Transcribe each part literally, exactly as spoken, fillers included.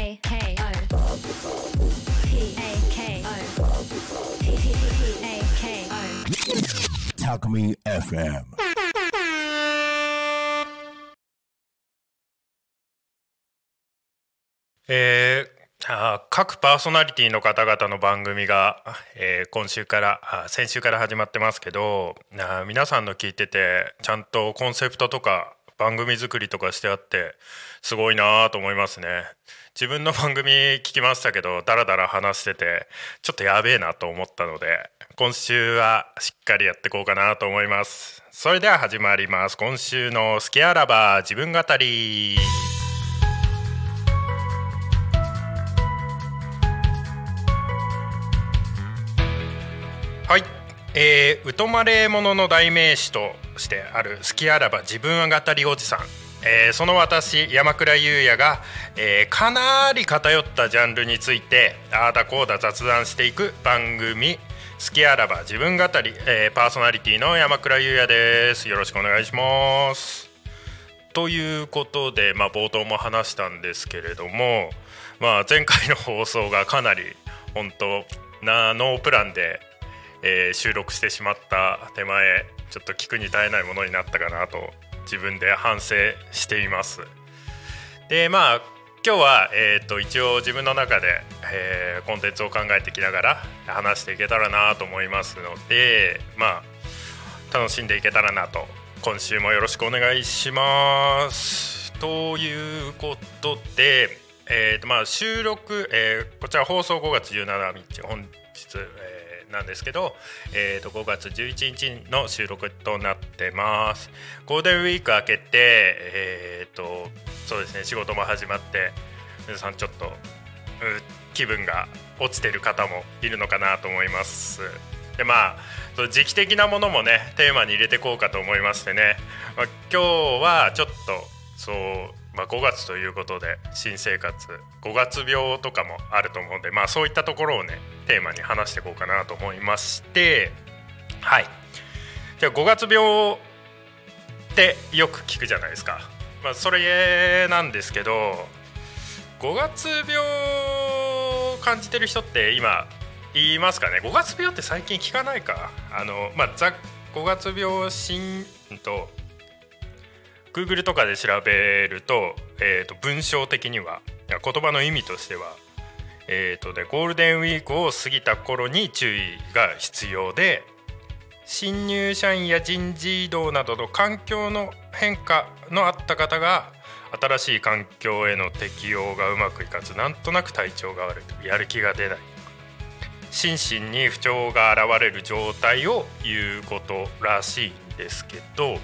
タクミ エフエム。 えー、あ各パーソナリティの方々の番組が、えー、今週からあ先週から始まってますけど、あ皆さんの聞いててちゃんとコンセプトとか番組作りとかしてあってすごいなと思いますね。自分の番組聞きましたけどダラダラ話しててちょっとやべえなと思ったので、今週はしっかりやっていこうかなと思います。それでは始まります。今週の好きあらば自分語り。はい、えー、疎まれ者の代名詞としてある好きあらば自分語りおじさん、えー、その私山倉優也が、えー、かなり偏ったジャンルについてあーだこーだ雑談していく番組好きあらば自分語り、えー、パーソナリティの山倉優也です。よろしくお願いします。ということで、まあ、冒頭も話したんですけれども、まあ、前回の放送がかなり本当なノープランでえー、収録してしまった手前ちょっと聞くに耐えないものになったかなと自分で反省しています。でまあ今日は、えー、と一応自分の中で、えー、コンテンツを考えてきながら話していけたらなと思いますので、まあ楽しんでいけたらなと、今週もよろしくお願いします。ということで、えーとまあ、収録、えー、こちら放送ごがつじゅうしちにち本日、えーなんですけど、えー、とごがつじゅういちにちの収録となってます。ゴールデンウィーク明けて、えー、とそうですね、仕事も始まって皆さんちょっと気分が落ちてる方もいるのかなと思います。でまあ時期的なものもねテーマに入れていこうかと思いましてね、まあ、今日はちょっとそう、まあ、ごがつということで新生活ごがつ病とかもあると思うんで、まあ、そういったところをねテーマに話していこうかなと思いまして、はい、じゃあごがつ病ってよく聞くじゃないですか。まあ、それなんですけど、ごがつ病を感じてる人って今言いますかね。ごがつ病って最近聞かないか。あの、まあ、ザごがつ病診とGoogle とかで調べると、えー、と文章的には言葉の意味としては、えーとね、ゴールデンウィークを過ぎた頃に注意が必要で、新入社員や人事異動などの環境の変化のあった方が新しい環境への適応がうまくいかず、なんとなく体調が悪い、やる気が出ない、心身に不調が現れる状態を言うことらしいんですけど、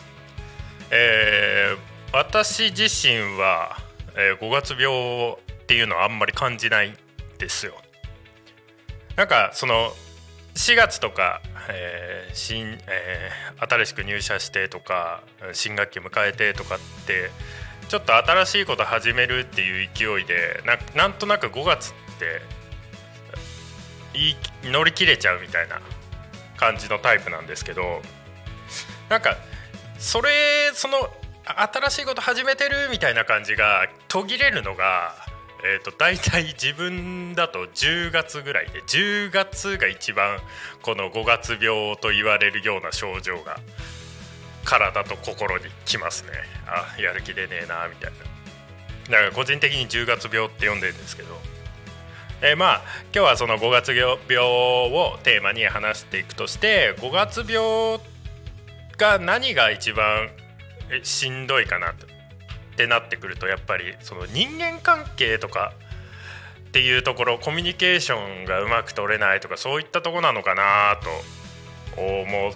えー、私自身は、えー、ごがつ病っていうのはあんまり感じないんですよ。なんかそのしがつとか、えー新えー、新しく入社してとか新学期迎えてとかってちょっと新しいこと始めるっていう勢いで な, なんとなくごがつっていい乗り切れちゃうみたいな感じのタイプなんですけど、なんかそれその新しいこと始めてるみたいな感じが途切れるのが、えーと、大体自分だとじゅうがつぐらいで、じゅうがつが一番このごがつ病と言われるような症状が体と心にきますね。あ、やる気出ねえなみたいな。だから個人的にじゅうがつ病って呼んでるんですけど、えー、まあ今日はそのごがつ病をテーマに話していくとして、ごがつ病が何が一番しんどいかなってなってくると、やっぱりその人間関係とかっていうところ、コミュニケーションがうまく取れないとか、そういったところなのかなと思って、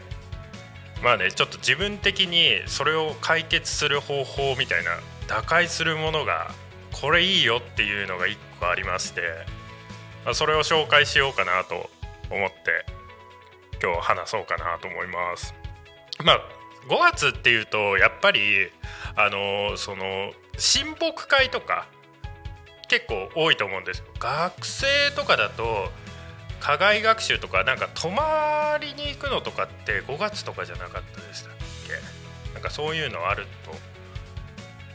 まあね、ちょっと自分的にそれを解決する方法みたいな、打開するものがこれいいよっていうのがいっこありまして、まあ、それを紹介しようかなと思って今日話そうかなと思います。まあごがつっていうとやっぱりあのその親睦会とか結構多いと思うんですよ。学生とかだと課外学習とかなんか泊まりに行くのとかってごがつとかじゃなかったでしたっけ。なんかそういうのあると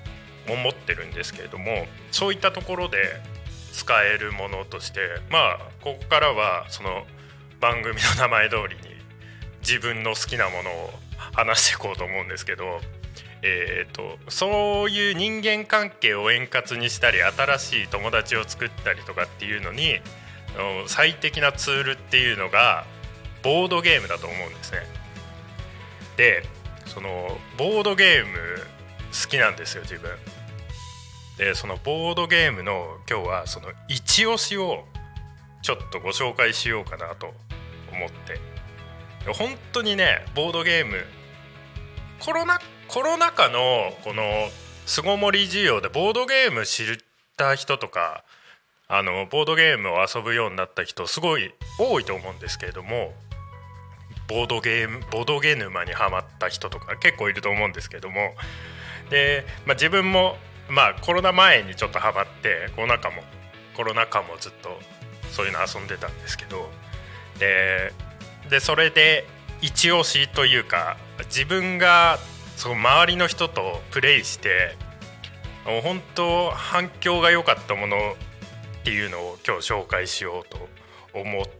思ってるんですけれども、そういったところで使えるものとして、まあここからはその番組の名前通りに自分の好きなものを話していこうと思うんですけど、えーと、そういう人間関係を円滑にしたり新しい友達を作ったりとかっていうのに最適なツールっていうのがボードゲームだと思うんですね。でそのボードゲーム好きなんですよ自分で。そのボードゲームの今日はその一押しをちょっとご紹介しようかなと思って、本当にねボードゲームコロナコロナ禍のこの巣ごもり需要でボードゲーム知った人とか、あのボードゲームを遊ぶようになった人すごい多いと思うんですけれども、ボードゲームボードゲー沼にハマった人とか結構いると思うんですけども、で、まあ、自分もまあコロナ前にちょっとハマってコロナ禍もコロナ禍もずっとそういうの遊んでたんですけど、ででそれで一押しというか自分がその周りの人とプレイして本当反響が良かったものっていうのを今日紹介しようと思って、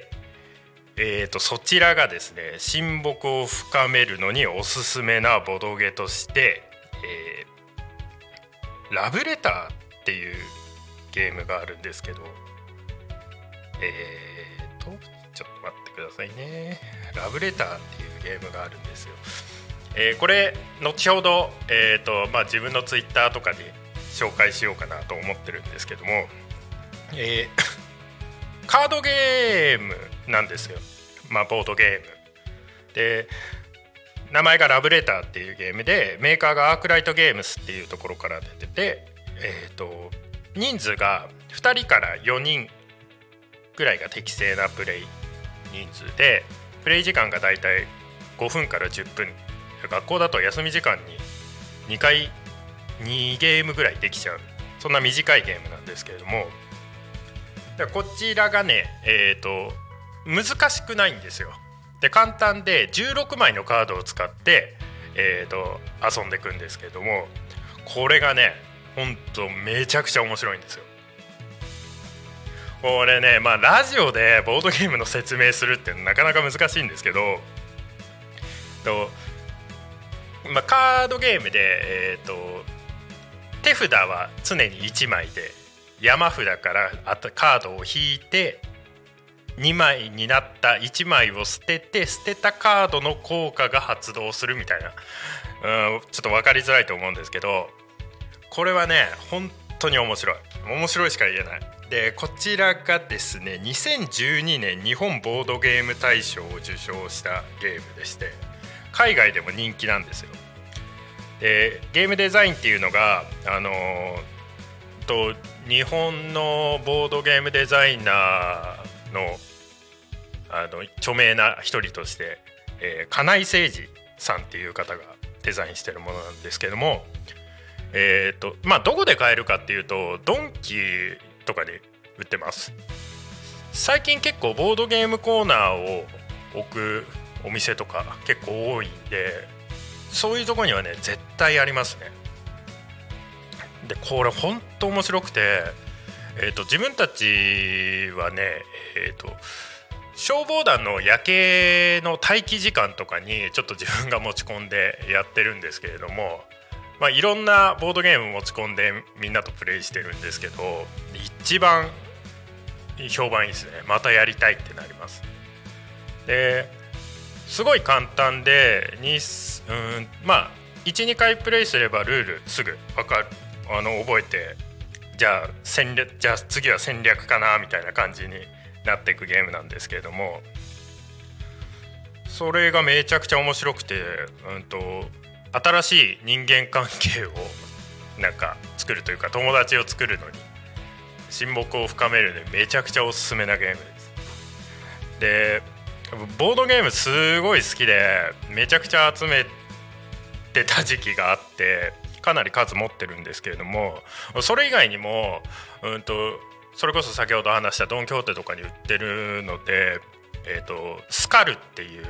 えーとそちらがですね親睦を深めるのにおすすめなボドゲとして、えー、ラブレターっていうゲームがあるんですけど、えーとちょっと待ってくださいね。ラブレターっていうゲームがあるんですよ。えー、これ後ほど、えーとまあ、自分のツイッターとかで紹介しようかなと思ってるんですけども、えー、カードゲームなんですよ。まあボードゲームで名前がラブレターっていうゲームで、メーカーがアークライトゲームスっていうところから出てて、えーと人数がふたりからよにんぐらいが適正なプレイ人数で、プレイ時間がだいたいごふんからじゅっぷん、学校だと休み時間ににかいにゲームぐらいできちゃう、そんな短いゲームなんですけれども、こちらがね、えーと難しくないんですよ。で簡単でじゅうろくまいのカードを使って、えーと遊んでいくんですけれども、これがねほんとめちゃくちゃ面白いんですよ。これね、まあラジオでボードゲームの説明するってなかなか難しいんですけど、とまあ、カードゲームで、えー、と手札は常にいちまいで、山札からあとカードを引いてにまいになったいちまいを捨てて、捨てたカードの効果が発動するみたいな、うん、ちょっと分かりづらいと思うんですけど、これはね本当に面白い面白いしか言えない。でこちらがですねにせんじゅうにねん日本ボードゲーム大賞を受賞したゲームでして、海外でも人気なんですよ。でゲームデザインっていうのがあのー、と日本のボードゲームデザイナーの、あの著名な一人として、えー、金井誠二さんっていう方がデザインしてるものなんですけども、えーとまあ、どこで買えるかっていうとドンキとかで売ってます。最近結構ボードゲームコーナーを置くお店とか結構多いんで、そういうところにはね絶対ありますね。でこれほんと面白くて、えーと自分たちはね、えーと消防団の夜景の待機時間とかにちょっと自分が持ち込んでやってるんですけれども、まあ、いろんなボードゲーム持ち込んでみんなとプレイしてるんですけど、一番評判いいですね。またやりたいってなります。ですごい簡単でに、うん、まあ いち,に 回プレイすればルールすぐ分かる、あの覚えて、じゃあ戦略じゃあ次は戦略かなみたいな感じになっていくゲームなんですけれども、それがめちゃくちゃ面白くて、うんと新しい人間関係をなんか作るというか友達を作るのに親睦を深めるのにめちゃくちゃおすすめなゲームです。でボードゲームすごい好きでめちゃくちゃ集めてた時期があって、かなり数持ってるんですけれども、それ以外にも、うんとそれこそ先ほど話したドン・キホーテとかに売ってるので、えーとスカルっていう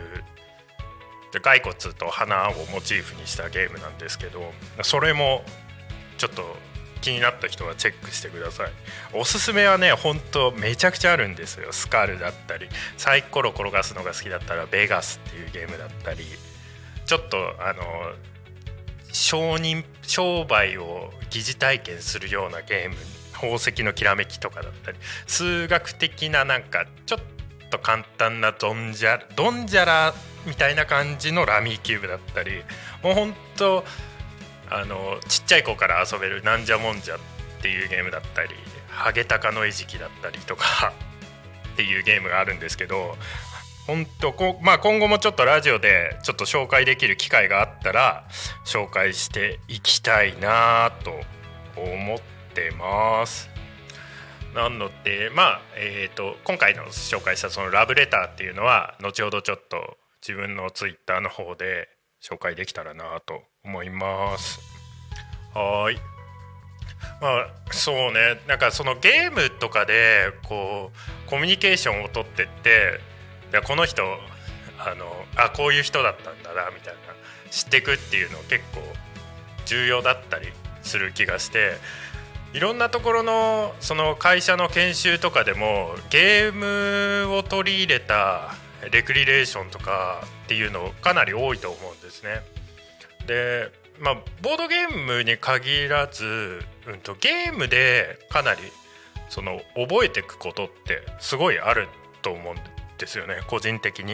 骸骨と花をモチーフにしたゲームなんですけど、それもちょっと気になった人はチェックしてください。おすすめはね本当めちゃくちゃあるんですよ。スカルだったり、サイコロ転がすのが好きだったらベガスっていうゲームだったり、ちょっとあの商人商売を疑似体験するようなゲーム、宝石のきらめきとかだったり、数学的ななんかちょっと簡単なドンジャラドンジャラみたいな感じのラミーキューブだったり、もうほんとあのちっちゃい子から遊べるなんじゃもんじゃっていうゲームだったり、ハゲタカの餌食だったりとかっていうゲームがあるんですけど、本当こ、まあ、今後もちょっとラジオでちょっと紹介できる機会があったら紹介していきたいなと思ってます。なのでまあえーと今回の紹介したそのラブレターっていうのは後ほどちょっと自分のツイッターの方で紹介できたらなと思います。はい、まあそうね、なんかそのゲームとかでこうコミュニケーションを取ってって、いやこの人あのあこういう人だったんだなみたいな知っていくっていうの結構重要だったりする気がして、いろんなところのその会社の研修とかでもゲームを取り入れたレクリレーションとかっていうのかなり多いと思うんですね。で、まあボードゲームに限らず、うんと、ゲームでかなりその覚えていくことってすごいあると思うんですよね、個人的に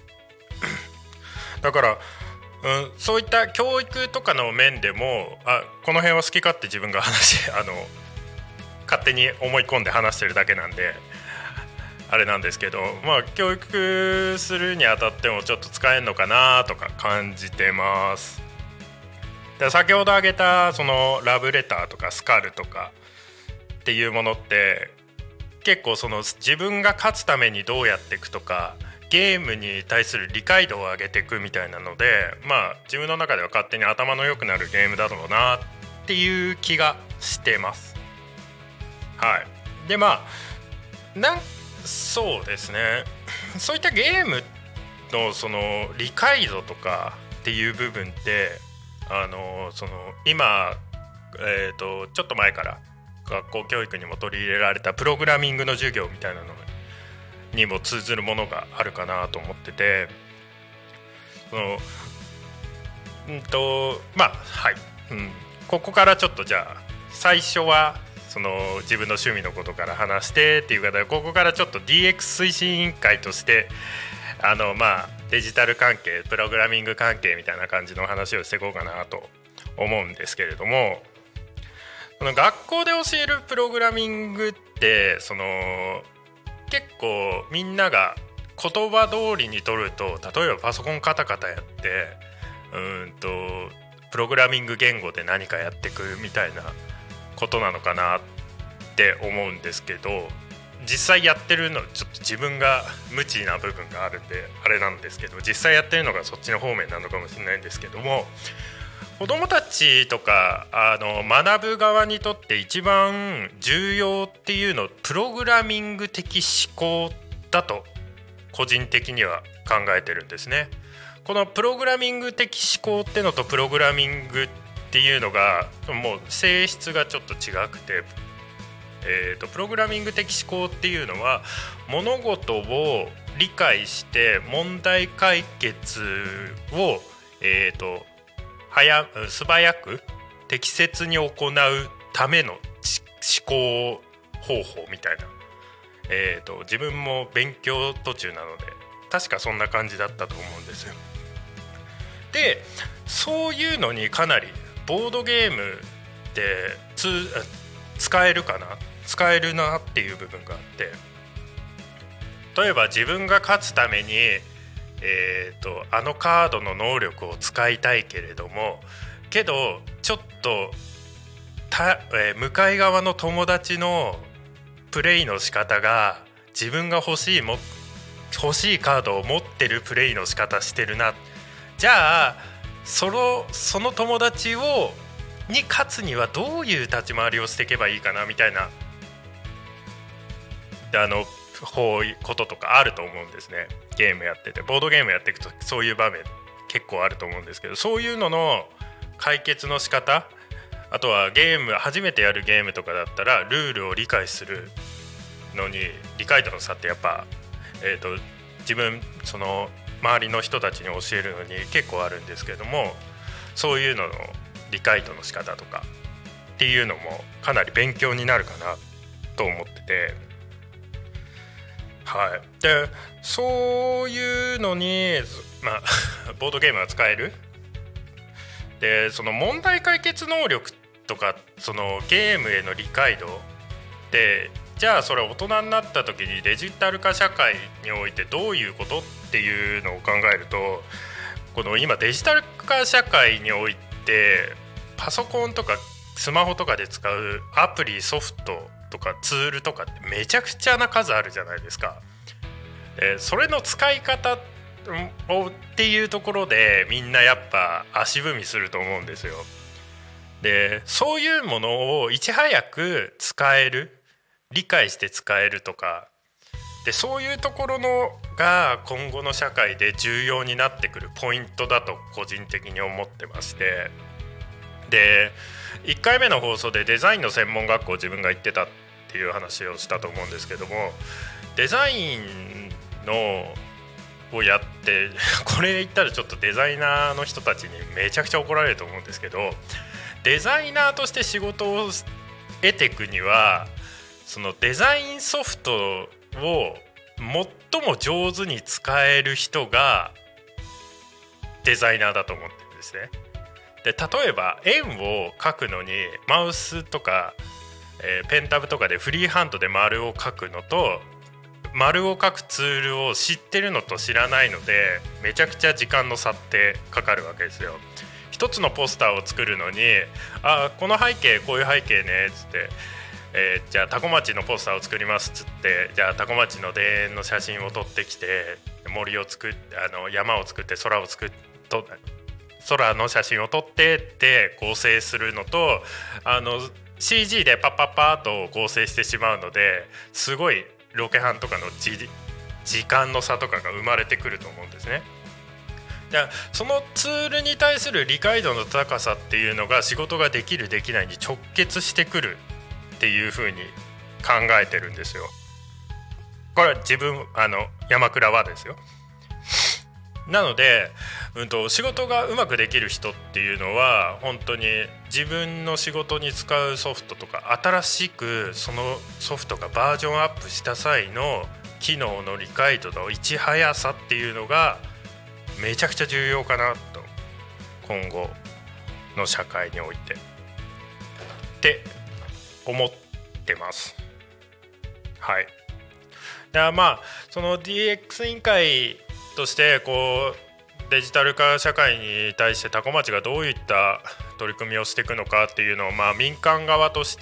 だから、うん、そういった教育とかの面でも、あこの辺は好き勝手自分が話あの勝手に思い込んで話してるだけなんであれなんですけど、まあ教育するにあたってもちょっと使えるのかなとか感じてます。で先ほど挙げたそのラブレターとかスカルとかっていうものって結構その自分が勝つためにどうやっていくとか、ゲームに対する理解度を上げていくみたいなので、まあ自分の中では勝手に頭の良くなるゲームだろうなっていう気がしてます。はい。でまあなんそうですね、そういったゲームのその理解度とかっていう部分ってあのその今、えーと、ちょっと前から学校教育にも取り入れられたプログラミングの授業みたいなのにも通ずるものがあるかなと思ってて、そのうんとまあはい、うん、ここからちょっとじゃあ最初はその自分の趣味のことから話してっていう方で、ここからちょっと ディーエックス 推進委員会としてあのまあデジタル関係、プログラミング関係みたいな感じの話をしていこうかなと思うんですけれども、その学校で教えるプログラミングってその結構みんなが言葉通りに取ると、例えばパソコンカタカタやってうんとプログラミング言語で何かやっていくみたいなことなのかなって思うんですけど、実際やってるのちょっと自分が無知な部分があるんであれなんですけど、実際やってるのがそっちの方面なのかもしれないんですけども、子どもたちとかあの学ぶ側にとって一番重要っていうのプログラミング的思考だと個人的には考えてるんですね。このプログラミング的思考ってのとプログラミングっていうのがもう性質がちょっと違くて、えーと、プログラミング的思考っていうのは物事を理解して問題解決を、えーと、早素早く適切に行うための思考方法みたいな、えーと、自分も勉強途中なので確かそんな感じだったと思うんですよ。でそういうのにかなりボードゲームってつ使えるかな使えるなっていう部分があって、例えば自分が勝つために、えーと、あのカードの能力を使いたいけれどもけどちょっとた、えー、向かい側の友達のプレイの仕方が自分が欲しいも欲しいカードを持ってるプレイの仕方してるな、じゃあその、その友達をに勝つにはどういう立ち回りをしていけばいいかなみたいなあのこういうこととかあると思うんですね。ゲームやっててボードゲームやっていくとそういう場面結構あると思うんですけど、そういうのの解決の仕方あとはゲーム初めてやるゲームとかだったらルールを理解するのに理解度の差ってやっぱ、えーと、自分その周りの人たちに教えるのに結構あるんですけども、そういうのの理解度の仕方とかっていうのもかなり勉強になるかなと思ってて、はい、でそういうのに、まあ、ボードゲームは使える。でその問題解決能力とかそのゲームへの理解度で、じゃあそれ大人になった時にデジタル化社会においてどういうことっていうのを考えると、この今デジタル化社会においてパソコンとかスマホとかで使うアプリ、ソフトとかツールとかってめちゃくちゃな数あるじゃないですか。でそれの使い方をっていうところでみんなやっぱ足踏みすると思うんですよ。でそういうものをいち早く使える、理解して使えるとかで、そういうところのが今後の社会で重要になってくるポイントだと個人的に思ってまして、でいっかいめの放送でデザインの専門学校自分が行ってたっていう話をしたと思うんですけども、デザインのをやってこれ言ったらちょっとデザイナーの人たちにめちゃくちゃ怒られると思うんですけど、デザイナーとして仕事を得ていくにはそのデザインソフトを最も上手に使える人がデザイナーだと思ってるんですね。で例えば円を描くのにマウスとか、えー、ペンタブとかでフリーハンドで丸を描くのと、丸を描くツールを知ってるのと知らないのでめちゃくちゃ時間の差ってかかるわけですよ。一つのポスターを作るのに、あこの背景こういう背景ねっつって、えー、じゃあタコ町のポスターを作りますっつって、じゃあタコ町の田園の写真を撮ってきて、森を作っあの山を作って空を作っと空の写真を撮ってって合成するのと、あの シージー でパッパッパーと合成してしまうのですごいロケハンとかの時間の差とかが生まれてくると思うんですね。でそのツールに対する理解度の高さっていうのが仕事ができるできないに直結してくるっていうふうに考えてるんですよ。これは自分あの山倉はですよ。なので、うんと、仕事がうまくできる人っていうのは本当に自分の仕事に使うソフトとか新しくそのソフトがバージョンアップした際の機能の理解度のいち早さっていうのがめちゃくちゃ重要かなと、今後の社会においてって思ってます。はい。でまあその ディーエックス 委員会としてこうデジタル化社会に対して多古町がどういった取り組みをしていくのかっていうのを、まあ、民間側として、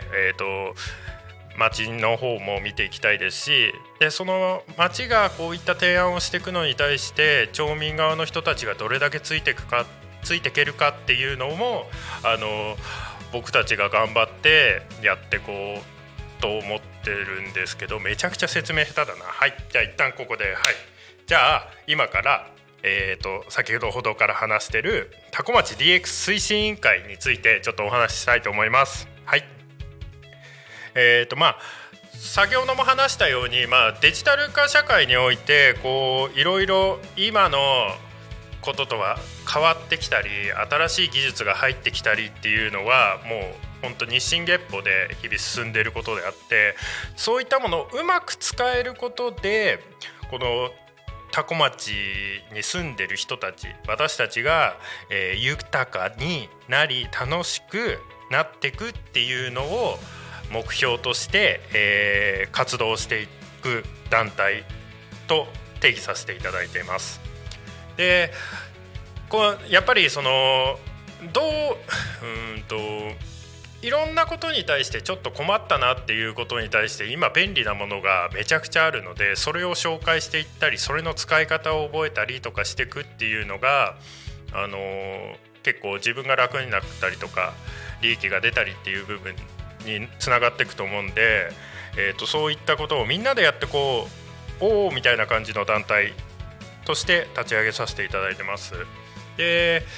えーと、町の方も見ていきたいですし、でその町がこういった提案をしていくのに対して町民側の人たちがどれだけついていくかついていけるかっていうのもあの僕たちが頑張ってやっていこうと思ってるんですけど、めちゃくちゃ説明下手だな。はい、じゃあ一旦ここで、はい、じゃあ今からえー、と先ほどから話している多古町 ディーエックス 推進委員会についてちょっとお話ししたいと思います。はい。えーとまあ先ほども話したように、まあ、デジタル化社会においてこういろいろ今のこととは変わってきたり、新しい技術が入ってきたりっていうのはもう本当日進月歩で日々進んでいることであって、そういったものをうまく使えることでこの多古町に住んでる人たち、私たちが、えー、豊かになり楽しくなっていくっていうのを目標として、えー、活動していく団体と定義させていただいています。でこうやっぱりそのどう、うんといろんなことに対してちょっと困ったなっていうことに対して今便利なものがめちゃくちゃあるので、それを紹介していったり、それの使い方を覚えたりとかしていくっていうのが、あのー、結構自分が楽になったりとか利益が出たりっていう部分につながっていくと思うんで、えーと、そういったことをみんなでやってこうおーみたいな感じの団体として立ち上げさせていただいてます。で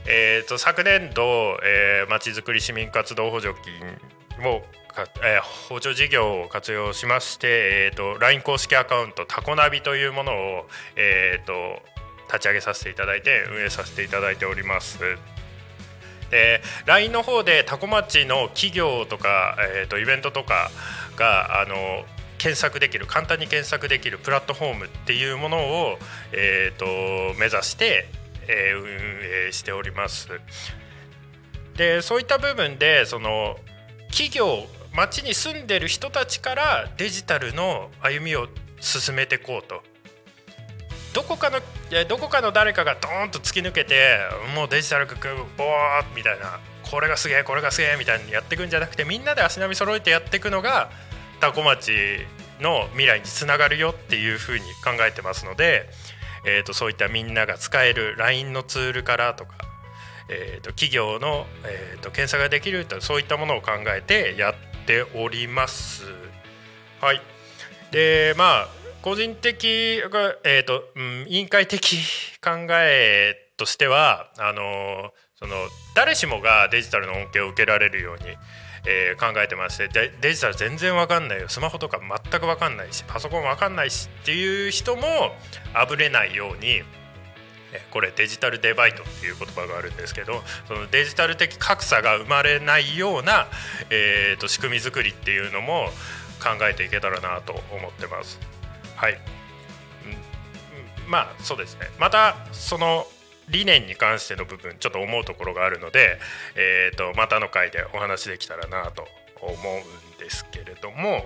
えー、と昨年度、えー、まちづくり市民活動補助金をえー、補助事業を活用しまして、えー、と ライン 公式アカウントタコナビというものを、えー、と立ち上げさせていただいて運営させていただいております。で ライン の方でタコ町の企業とか、えー、とイベントとかがあの検索できる簡単に検索できるプラットフォームっていうものを、えー、と目指して、えー、運営しております。でそういった部分でその企業街に住んでる人たちからデジタルの歩みを進めていこうと、どこかのどこかの誰かがドーンと突き抜けてもうデジタルボーみたいな、これがすげえこれがすげえみたいにやっていくんじゃなくて、みんなで足並み揃えてやっていくのがタコ町の未来につながるよっていうふうに考えてますので、えーとそういったみんなが使える ライン のツールからとか、えーと企業の、えーと検索ができると、そういったものを考えてやってております。はい。でまあ個人的、えーとうん、委員会的考えとしてはあのその誰しもがデジタルの恩恵を受けられるように、えー、考えてまして、でデジタル全然わかんないよ、スマホとか全くわかんないしパソコンわかんないしっていう人もあぶれないように、これデジタルデバイドっていう言葉があるんですけど、そのデジタル的格差が生まれないような、えー、と仕組み作りっていうのも考えていけたらなと思ってます。はい、うん、まあそうですね。またその理念に関しての部分ちょっと思うところがあるので、えー、とまたの回でお話できたらなと思うんですけれども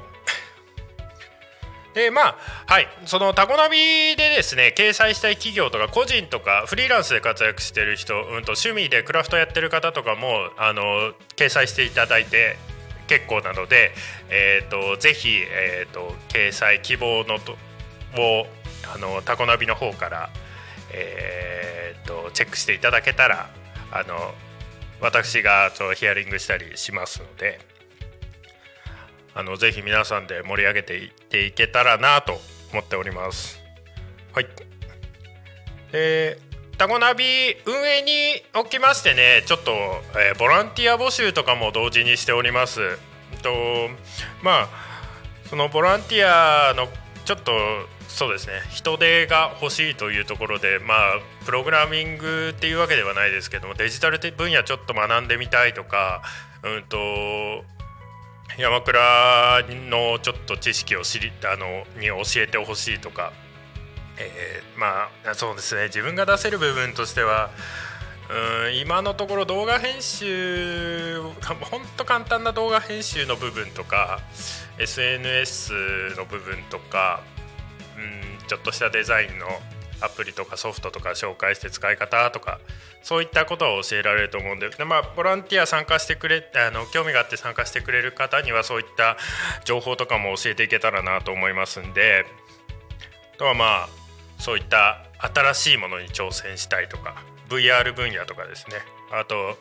でまあはい、そのタコナビでですね掲載したい企業とか個人とかフリーランスで活躍している人、うん、と趣味でクラフトやってる方とかもあの掲載していただいて結構なので、えー、とぜひ、えー、と掲載希望のとをあのタコナビの方から、えー、とチェックしていただけたらあの私がちょヒアリングしたりしますので、あのぜひ皆さんで盛り上げていっていけたらなと思っております。はい。でタコナビ運営におきましてね、ちょっと、えー、ボランティア募集とかも同時にしております。とまあそのボランティアのちょっとそうですね人手が欲しいというところで、まあプログラミングっていうわけではないですけども、デジタル分野ちょっと学んでみたいとか、うんと山倉のちょっと知識を知りあのに教えてほしいとか、えー、まあそうですね自分が出せる部分としてはうん今のところ動画編集ほんと簡単な動画編集の部分とか エスエヌエス の部分とかうんちょっとしたデザインのアプリとかソフトとか紹介して使い方とかそういったことを教えられると思うんで、で、まあ、ボランティア参加してくれあの興味があって参加してくれる方にはそういった情報とかも教えていけたらなと思いますんで、あとはまあそういった新しいものに挑戦したいとか ブイアール 分野とかですね、あと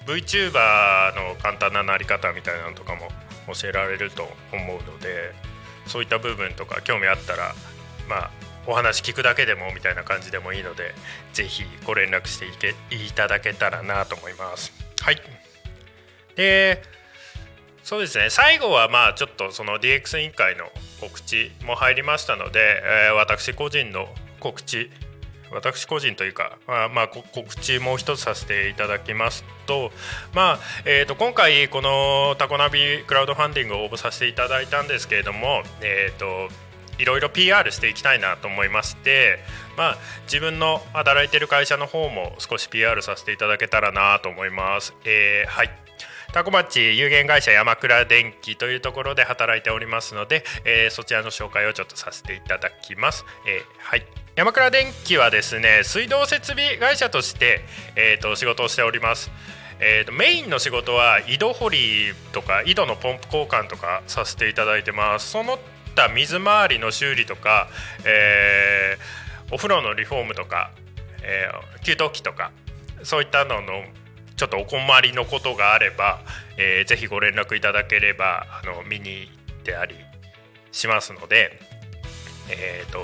VTuber の簡単ななり方みたいなのとかも教えられると思うので、そういった部分とか興味あったらまあお話聞くだけでもみたいな感じでもいいので、ぜひご連絡していけいただけたらなと思います。はい。で、そうですね。最後はまあちょっとその ディーエックス 委員会の告知も入りましたので、えー、私個人の告知、私個人というか、まあ、まあ告知もう一つさせていただきますと、まあえー、と今回このタコナビクラウドファンディングを応募させていただいたんですけれども、えーといろいろ ピーアール していきたいなと思いまして、まあ、自分の働いている会社の方も少し ピーアール させていただけたらなと思います。えー、はい。タコ町有限会社山倉電機というところで働いておりますので、えー、そちらの紹介をちょっとさせていただきます。えー、はい。山倉電機はですね、水道設備会社として、えー、と仕事をしております。えー、とメインの仕事は井戸掘りとか井戸のポンプ交換とかさせていただいてます。その水回りの修理とか、えー、お風呂のリフォームとか、えー、給湯器とかそういったののちょっとお困りのことがあれば、えー、ぜひご連絡いただければあの見に行ってありしますので、えーと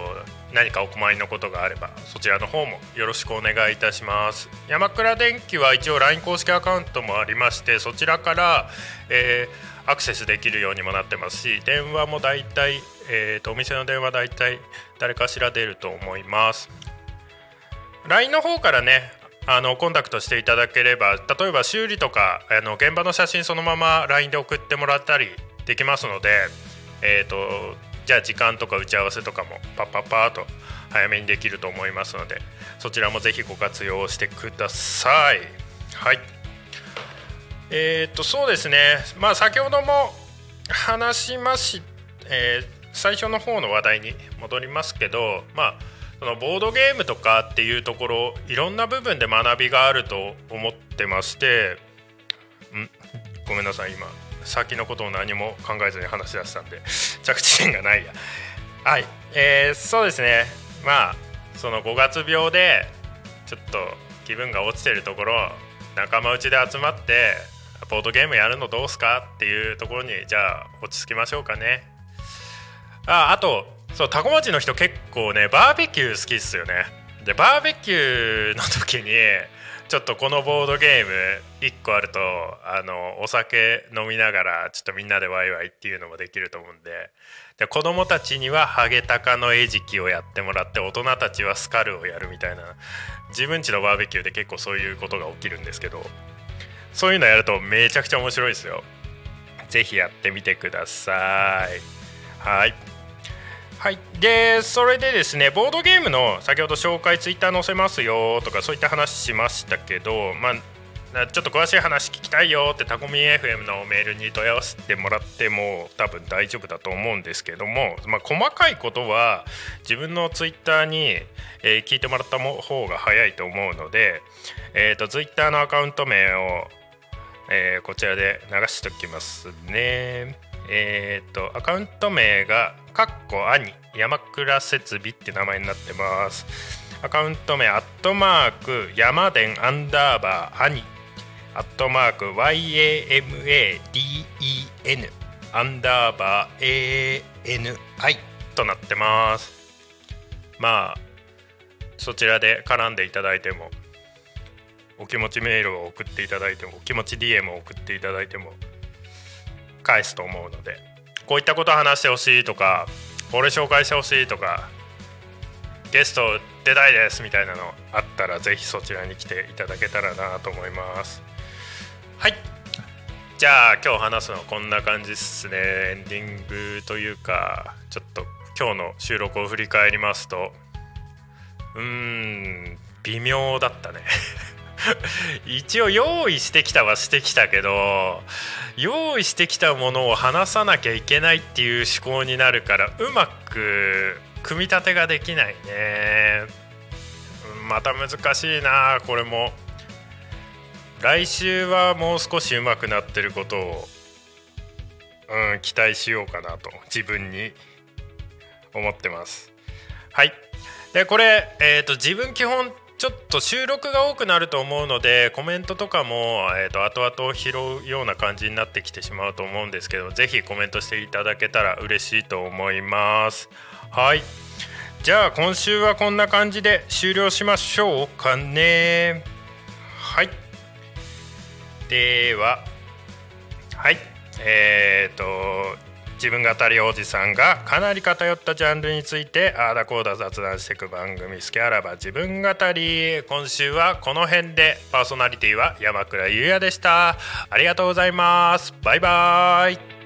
何かお困りのことがあればそちらの方もよろしくお願いいたします。山倉電機は一応 ライン 公式アカウントもありまして、そちらから、えー、アクセスできるようにもなってますし、電話もだいたい、えーと、お店の電話だいたい誰かしら出ると思います。 ライン の方からねあのコンタクトしていただければ、例えば修理とかあの現場の写真そのまま ライン で送ってもらったりできますので、えーとじゃあ時間とか打ち合わせとかもパッパッパーと早めにできると思いますので、そちらもぜひご活用してください。はい、えーとそうですね、まあ先ほども話しまし、えー、最初の方の話題に戻りますけど、まあそのボードゲームとかっていうところいろんな部分で学びがあると思ってまして、んごめんなさい、今先のことを何も考えずに話し出したんで着地点がないや。はい、えー、そうですね、まあそのごがつ病でちょっと気分が落ちてるところ仲間内で集まってボードゲームやるのどうすかっていうところにじゃあ落ち着きましょうかね。ああとそうタコ町の人結構ねバーベキュー好きっすよね。でバーベキューの時にちょっとこのボードゲームいっこあるとあのお酒飲みながらちょっとみんなでワイワイっていうのもできると思うんで、で子供たちにはハゲタカの餌食をやってもらって大人たちはスカルをやるみたいな、自分家のバーベキューで結構そういうことが起きるんですけど、そういうのやるとめちゃくちゃ面白いですよ。ぜひやってみてください。はいはい、でそれでですね、ボードゲームの先ほど紹介ツイッター載せますよとかそういった話しましたけど、まあちょっと詳しい話聞きたいよってタコミ エフエム のメールに問い合わせてもらっても多分大丈夫だと思うんですけども、まあ、細かいことは自分のツイッターに、えー、聞いてもらった方が早いと思うので、えーと、ツイッターのアカウント名を、えー、こちらで流しておきますね。えーとアカウント名がかっこ兄山倉設備って名前になってます。アカウント名アットマーク山電アンダーバー兄アットマーク ワイエーエムエーディーイーエヌ アンダーバー エーエヌアイ となってます。まあそちらで絡んでいただいても、お気持ちメールを送っていただいても、お気持ち ディーエム を送っていただいても返すと思うので、こういったこと話してほしいとか、これ紹介してほしいとか、ゲスト出たいですみたいなのあったらぜひそちらに来ていただけたらなと思います。はい、じゃあ今日話すのはこんな感じですね。エンディングというか、ちょっと今日の収録を振り返りますと、うーん微妙だったね一応用意してきたはしてきたけど、用意してきたものを話さなきゃいけないっていう思考になるからうまく組み立てができないね。また難しいなこれも。来週はもう少しうまくなってることを、うん、期待しようかなと自分に思ってます。はい、でこれ、えーと、自分基本ちょっと収録が多くなると思うのでコメントとかも、えーと、後々拾うような感じになってきてしまうと思うんですけど、ぜひコメントしていただけたら嬉しいと思います。はい、じゃあ今週はこんな感じで終了しましょうかね。はい、でははいえーと自分語りおじさんがかなり偏ったジャンルについてあーだこーだ雑談していく番組、スキあらば自分語り。今週はこの辺で。パーソナリティは山倉優也でした。ありがとうございます。バイバイ。